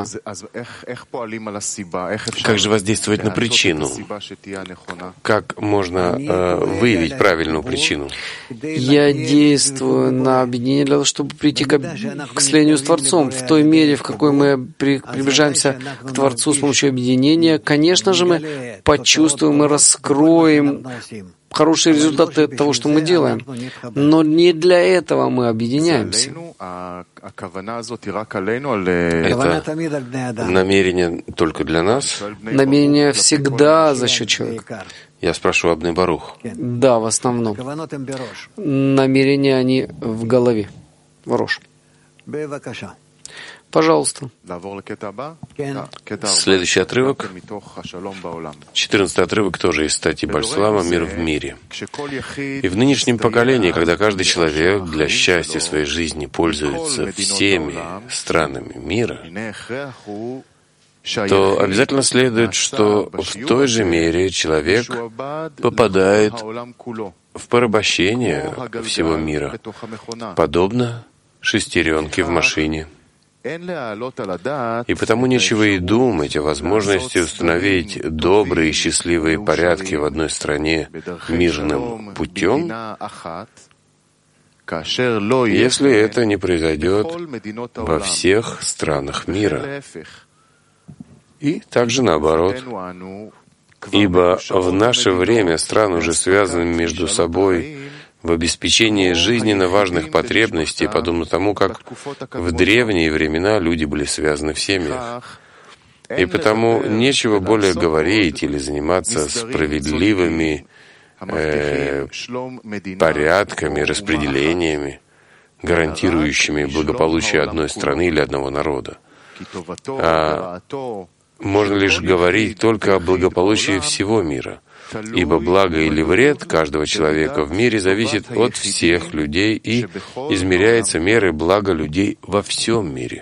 Как же воздействовать на причину? Как можно э, выявить правильную причину? Я действую на объединение для того, чтобы прийти к, к слиянию с Творцом. В той мере, в какой мы при, приближаемся к Творцу с помощью объединения, конечно же, мы почувствуем и раскроем хорошие результаты от того, что мы делаем. Но не для этого мы объединяемся. Это намерение только для нас? Намерение всегда за счет человека. Я спрошу Абней Барух. Да, в основном. Намерения, они в голове. В рош. Пожалуйста. Следующий отрывок, четырнадцатый отрывок, тоже из статьи Бальсулама «Мир в мире». И в нынешнем поколении, когда каждый человек для счастья своей жизни пользуется всеми странами мира, то обязательно следует, что в той же мере человек попадает в порабощение всего мира, подобно шестеренке в машине. И потому нечего и думать о возможности установить добрые и счастливые порядки в одной стране мирным путем, если это не произойдет во всех странах мира. И также наоборот. Ибо в наше время страны уже связаны между собой в обеспечении жизненно важных потребностей, подобно тому, как в древние времена люди были связаны в семьях. И потому нечего более говорить или заниматься справедливыми э, порядками, распределениями, гарантирующими благополучие одной страны или одного народа. А можно лишь говорить только о благополучии всего мира. Ибо благо или вред каждого человека в мире зависит от всех людей и измеряется мерой блага людей во всем мире.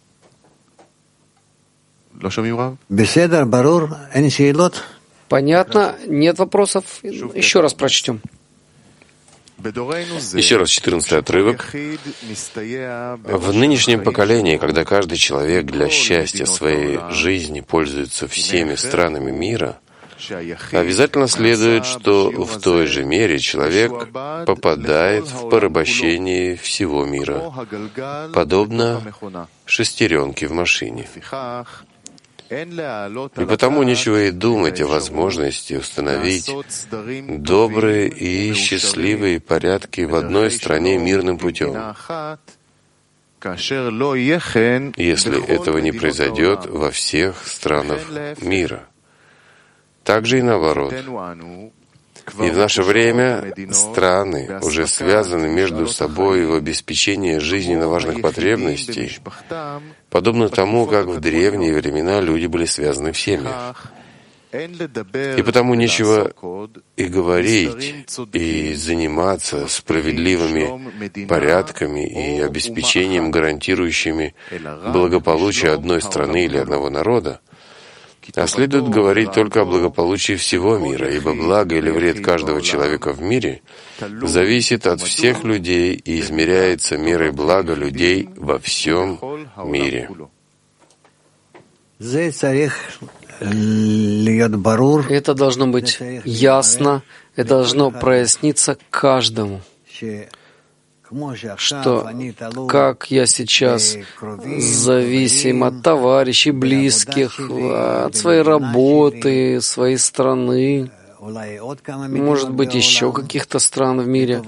Понятно? Нет вопросов? Еще раз прочтем. Еще раз четырнадцатый отрывок. В нынешнем поколении, когда каждый человек для счастья своей жизни пользуется всеми странами мира, обязательно следует, что в той же мере человек попадает в порабощение всего мира, подобно шестеренке в машине. И потому нечего и думать о возможности установить добрые и счастливые порядки в одной стране мирным путем, если этого не произойдет во всех странах мира. Также и наоборот. И в наше время страны уже связаны между собой в обеспечении жизненно важных потребностей, подобно тому, как в древние времена люди были связаны в семьях. И потому нечего и говорить, и заниматься справедливыми порядками и обеспечением, гарантирующими благополучие одной страны или одного народа, а следует говорить только о благополучии всего мира, ибо благо или вред каждого человека в мире зависит от всех людей и измеряется мерой блага людей во всем мире. Это должно быть ясно, это должно проясниться каждому, что как я сейчас зависим от товарищей, близких, от своей работы, своей страны, может быть, еще каких-то стран в мире,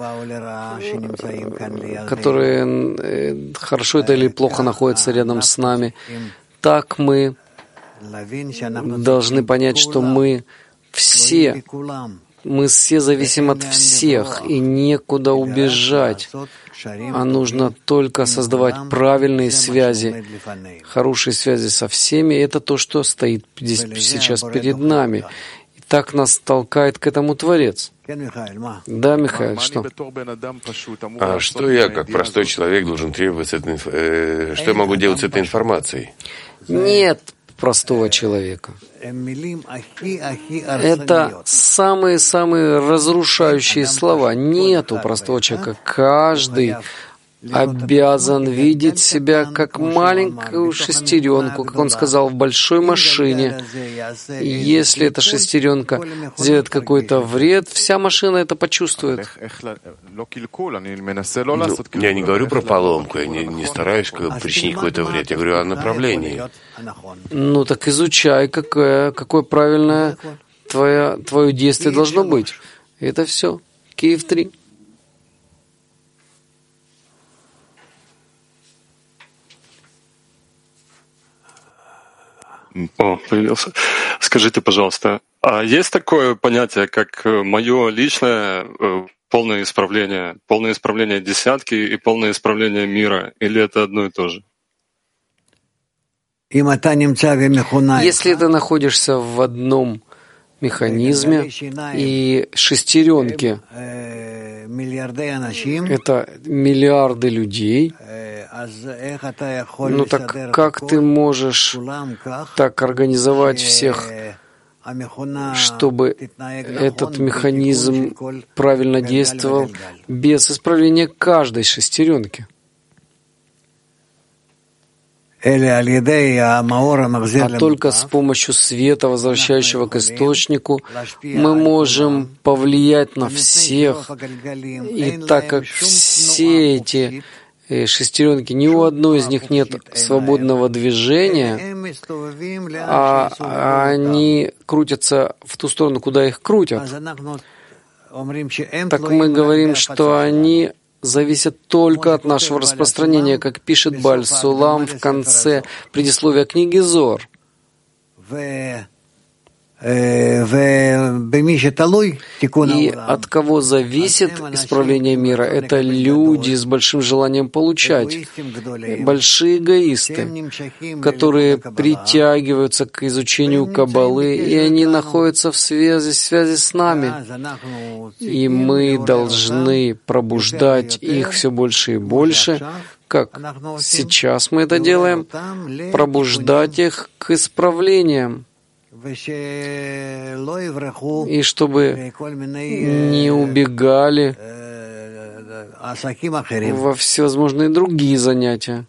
которые хорошо это или плохо находятся рядом с нами, так мы должны понять, что мы все Мы все зависим от всех, и некуда убежать, а нужно только создавать правильные связи, хорошие связи со всеми. Это то, что стоит здесь сейчас перед нами. И так нас толкает к этому Творец. Да, Михаил, что? А что я, как простой человек, должен требовать с этой, э, что я могу делать с этой информацией? Нет простого человека. Это самые-самые разрушающие слова. Нету простого человека. Каждый обязан видеть себя как маленькую шестеренку, как он сказал, в большой машине. И если эта шестеренка сделает какой-то вред, вся машина это почувствует. Ну, я не говорю про поломку, я не, не стараюсь причинить какой-то вред, я говорю о направлении. Ну так изучай, какое, какое правильное твое, твое действие должно быть. Это все. Киев три. О, появился. Скажите, пожалуйста, а есть такое понятие, как мое личное полное исправление, полное исправление десятки и полное исправление мира, или это одно и то же? Если ты находишься в одном механизме и шестеренки, это миллиарды людей, ну так как ты можешь так организовать всех, чтобы этот механизм правильно действовал без исправления каждой шестеренки? А только с помощью света, возвращающего к источнику, мы можем повлиять на всех. И так как все эти шестеренки, ни у одной из них нет свободного движения, а они крутятся в ту сторону, куда их крутят, так мы говорим, что они зависят только от нашего распространения, как пишет Бааль Сулам в конце предисловия книги Зор. И от кого зависит исправление мира? Это люди с большим желанием получать, большие эгоисты, которые притягиваются к изучению Каббалы, и они находятся в связи, связи с нами. И мы должны пробуждать их все больше и больше. Как сейчас мы это делаем? Пробуждать их к исправлениям. И чтобы не убегали во всевозможные другие занятия.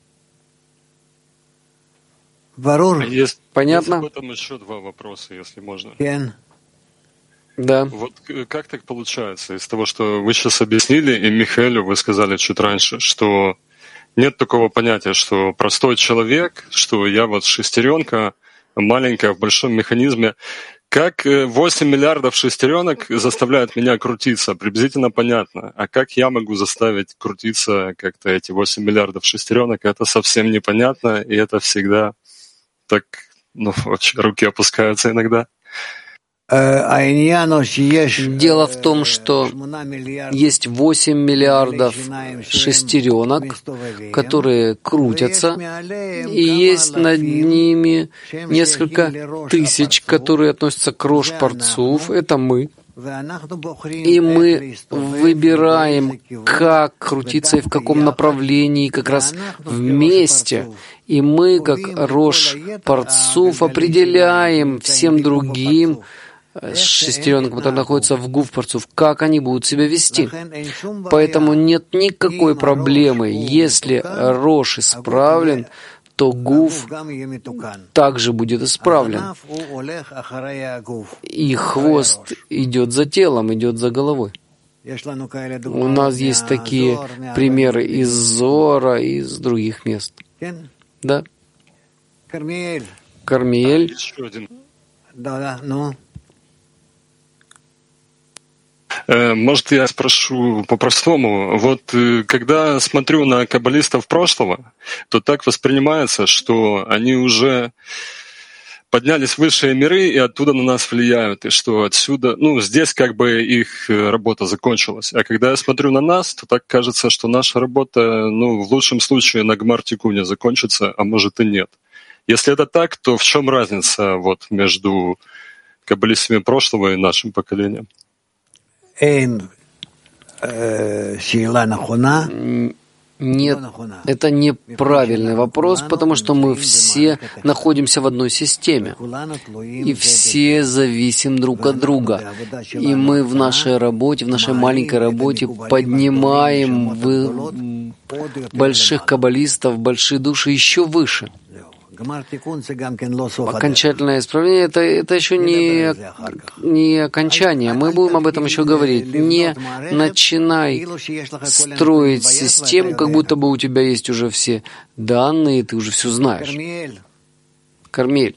Есть, Понятно? Есть об этом еще два вопроса, если можно. Да. Вот как так получается? Из того, что вы сейчас объяснили, и Михаэлю вы сказали чуть раньше, что нет такого понятия, что простой человек, что я вот шестеренка, маленькая в большом механизме. Как восемь миллиардов шестеренок заставляют меня крутиться, приблизительно понятно. А как я могу заставить крутиться как-то эти восемь миллиардов шестеренок, это совсем непонятно, и это всегда так, ну, вообще руки опускаются иногда. Дело в том, что есть восемь миллиардов шестеренок, которые крутятся, и есть над ними несколько тысяч, которые относятся к Рош-Парцуф, это мы. И мы выбираем, как крутиться и в каком направлении, как раз вместе. И мы, как Рош-Парцуф, определяем всем другим шестеренкам, которые находятся в Гуф-Парцуф, как они будут себя вести. Поэтому нет никакой проблемы. Если Рош исправлен, то Гуф также будет исправлен. И хвост идет за телом, идет за головой. У нас есть такие примеры из Зора, из других мест. Да? Кармиэль. Еще один. Да, ну. Может, я спрошу по-простому. Вот когда смотрю на каббалистов прошлого, то так воспринимается, что они уже поднялись в высшие миры и оттуда на нас влияют, и что отсюда, ну, здесь как бы их работа закончилась. А когда я смотрю на нас, то так кажется, что наша работа, ну, в лучшем случае на Гмар-Тикуне закончится, а может и нет. Если это так, то в чем разница вот между каббалистами прошлого и нашим поколением? Нет, это неправильный вопрос, потому что мы все находимся в одной системе, и все зависим друг от друга. И мы в нашей работе, в нашей маленькой работе поднимаем в больших каббалистов, большие души еще выше. Окончательное исправление это, это еще не, не окончание. Мы будем об этом еще говорить. Не начинай строить систему, как будто бы у тебя есть уже все данные, ты уже все знаешь. Кармель.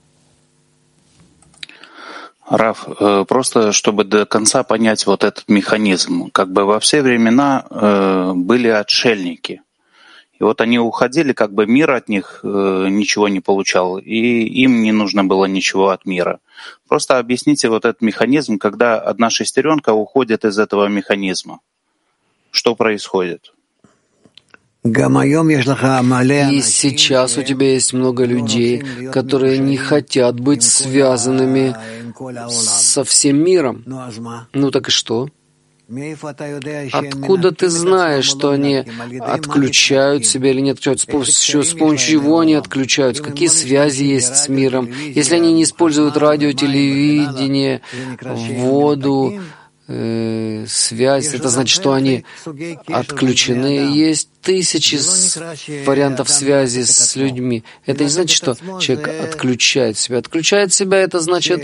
Рав, просто чтобы до конца понять вот этот механизм, как бы во все времена э, были отшельники. И вот они уходили, как бы мир от них э, ничего не получал, и им не нужно было ничего от мира. Просто объясните вот этот механизм, когда одна шестеренка уходит из этого механизма. Что происходит? И сейчас у тебя есть много людей, которые не хотят быть связанными со всем миром. Ну так и что? Откуда ты знаешь, что они отключают себя или не отключают? С помощью, с помощью чего они отключаются? Какие связи есть с миром? Если они не используют радио, телевидение, воду, э, связь, это значит, что они отключены. Есть тысячи вариантов связи с людьми. Это не значит, что человек отключает себя. Отключает себя, это значит,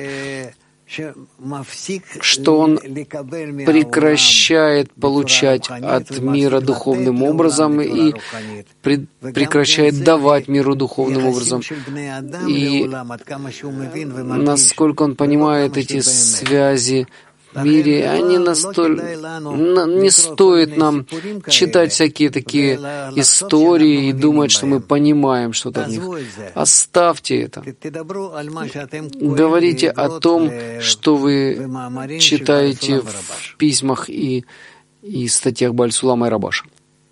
что он прекращает получать от мира духовным образом и при, прекращает давать миру духовным образом. И насколько он понимает эти связи в мире, они настолько... Не стоит нам читать всякие такие истории и думать, что мы понимаем что-то в них. Оставьте это. Говорите о том, что вы читаете в письмах и, и статьях Бааль-Сулама и Рабаша.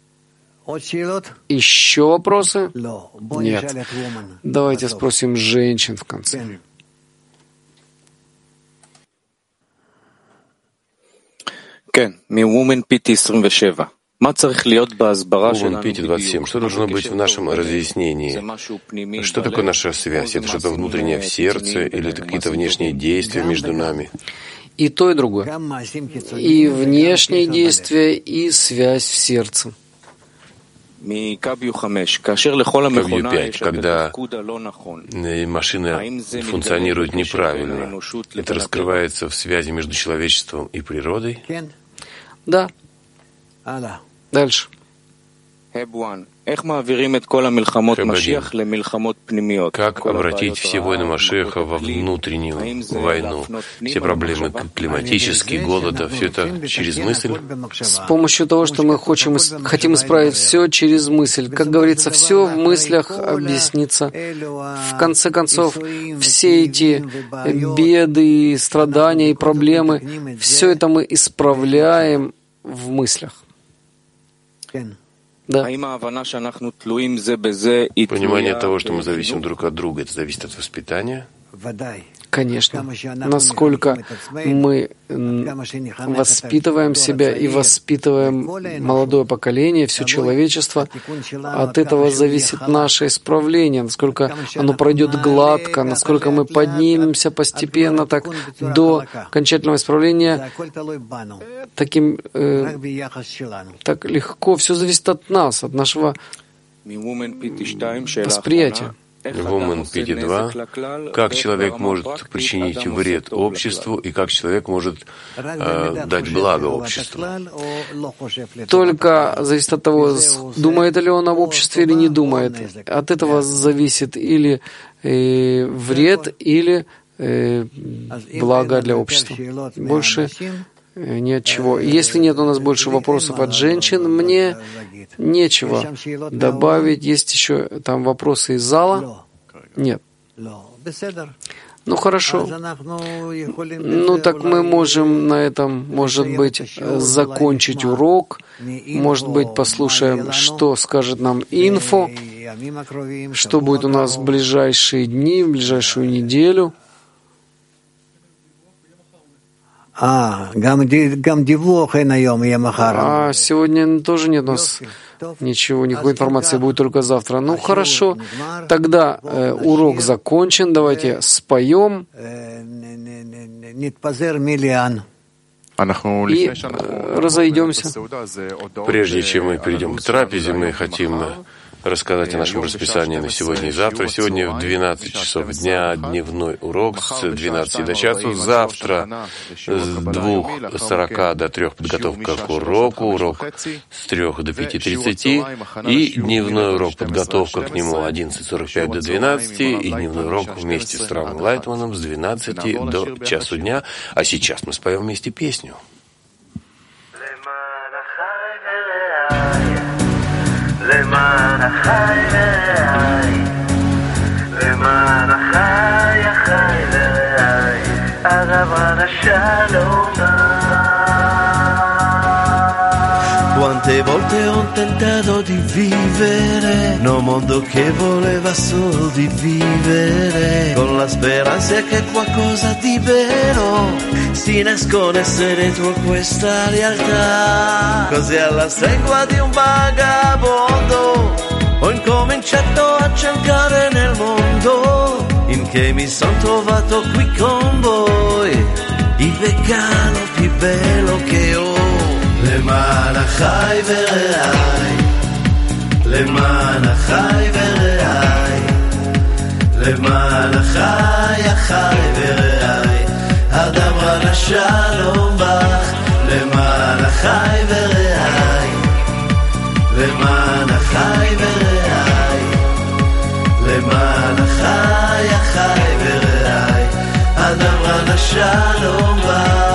Еще вопросы? Нет. Давайте спросим женщин в конце. Woman пи ти двадцать семь. Woman пи ти двадцать семь. Что должно быть в нашем разъяснении? Что такое наша связь? Это что-то внутреннее в сердце или это какие-то внешние действия между нами? И то, и другое. И внешние действия, и связь в сердце. Кавью пять, когда машина функционирует неправильно, это раскрывается в связи между человечеством и природой? Да. Дальше. Как обратить все войны Машиаха во внутреннюю войну? Все проблемы климатические, голода, все это через мысль? С помощью того, что мы хотим, хотим исправить все через мысль. Как говорится, все в мыслях объяснится. В конце концов, все эти беды, страдания и проблемы, все это мы исправляем в мыслях. Да. Понимание того, что мы зависим друг от друга, это зависит от воспитания? Конечно. Насколько мы воспитываем себя и воспитываем молодое поколение, все человечество, от этого зависит наше исправление, насколько оно пройдет гладко, насколько мы поднимемся постепенно так до окончательного исправления таким э, так легко. Все зависит от нас, от нашего восприятия. Вумен пять два. Как человек может причинить вред обществу и как человек может э, дать благо обществу? Только зависит от того, думает ли он об обществе или не думает. От этого зависит или э, вред, или э, благо для общества. Больше ни от чего. Если нет у нас больше вопросов от женщин, мне нечего добавить. Есть еще там вопросы из зала? Нет. Ну хорошо. Ну так мы можем на этом, может быть, закончить урок. Может быть, послушаем, что скажет нам инфо, что будет у нас в ближайшие дни, в ближайшую неделю. А сегодня тоже нет у нас ничего, никакой информации, будет только завтра. Ну хорошо, тогда э, урок закончен, давайте споем. И разойдемся. Прежде чем мы перейдем к трапезе, мы хотим рассказать о нашем расписании на сегодня и завтра. Сегодня в двенадцать часов дня дневной урок с двенадцати до часу. Завтра с двух сорока до трех подготовка к уроку, урок с трех до пяти тридцати, и дневной урок подготовка к нему одиннадцать сорок пять до двенадцати, и дневной урок вместе с Равом Лайтманом с двенадцати до часу дня. А сейчас мы споем вместе песню. למען החי ורעי, למען החי החי ורעי, הרב השלום. Quante volte ho tentato di vivere in un mondo che voleva solo di vivere, con la speranza che qualcosa di vero si nascondesse dentro questa realtà. Così alla stregua di un vagabondo ho incominciato a cercare nel mondo, in che mi son trovato qui con voi, il regalo più bello che ho. למען החי ורעי, למען החי ורעי, למען החי החי ורעי, הדבר השלום בך, למען החי ורעי, למען החי ורעי, למען החי החי ורעי, הדבר השלום בך.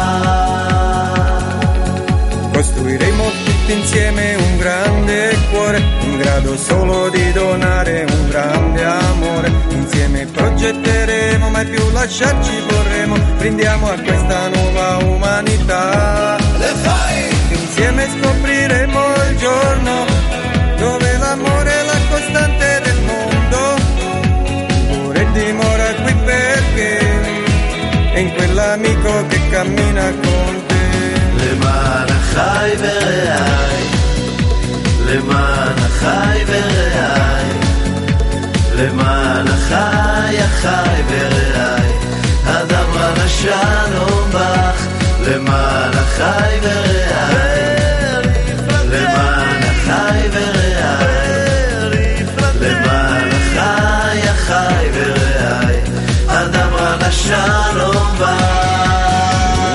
Costruiremo tutti insieme un grande cuore, in grado solo di donare un grande amore. Insieme progetteremo, mai più lasciarci vorremmo. Brindiamo a questa nuova umanità. Le fai! Insieme scopriremo il giorno dove l'amore è la costante del mondo. Pure dimora qui perché è in quell'amico che cammina con te. למען החי ורעי, למען החי ורעי, למען החי החי ורעי, הדבר השלום בך, למען החי ורעי, למען החי ורעי, למען החי החי ורעי, הדבר השלום בך.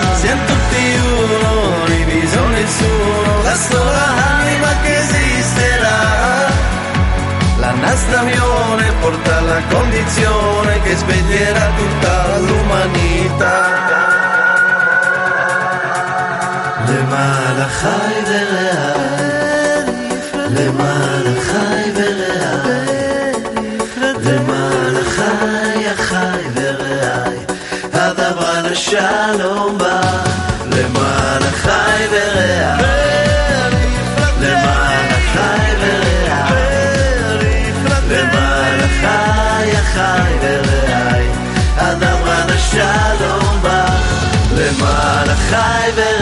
Siamo nessuno, la sola anima che esiste condizione che sveglierà tutta l'umanità. למען החי ורעי, למען החי ורעי, למען החי החי ורעי, הדבר לשלום בא. למען החי ורעי, למען החי ורעי, למען החי החי ורעי, הדבר לשלום בא. למען החי ורעי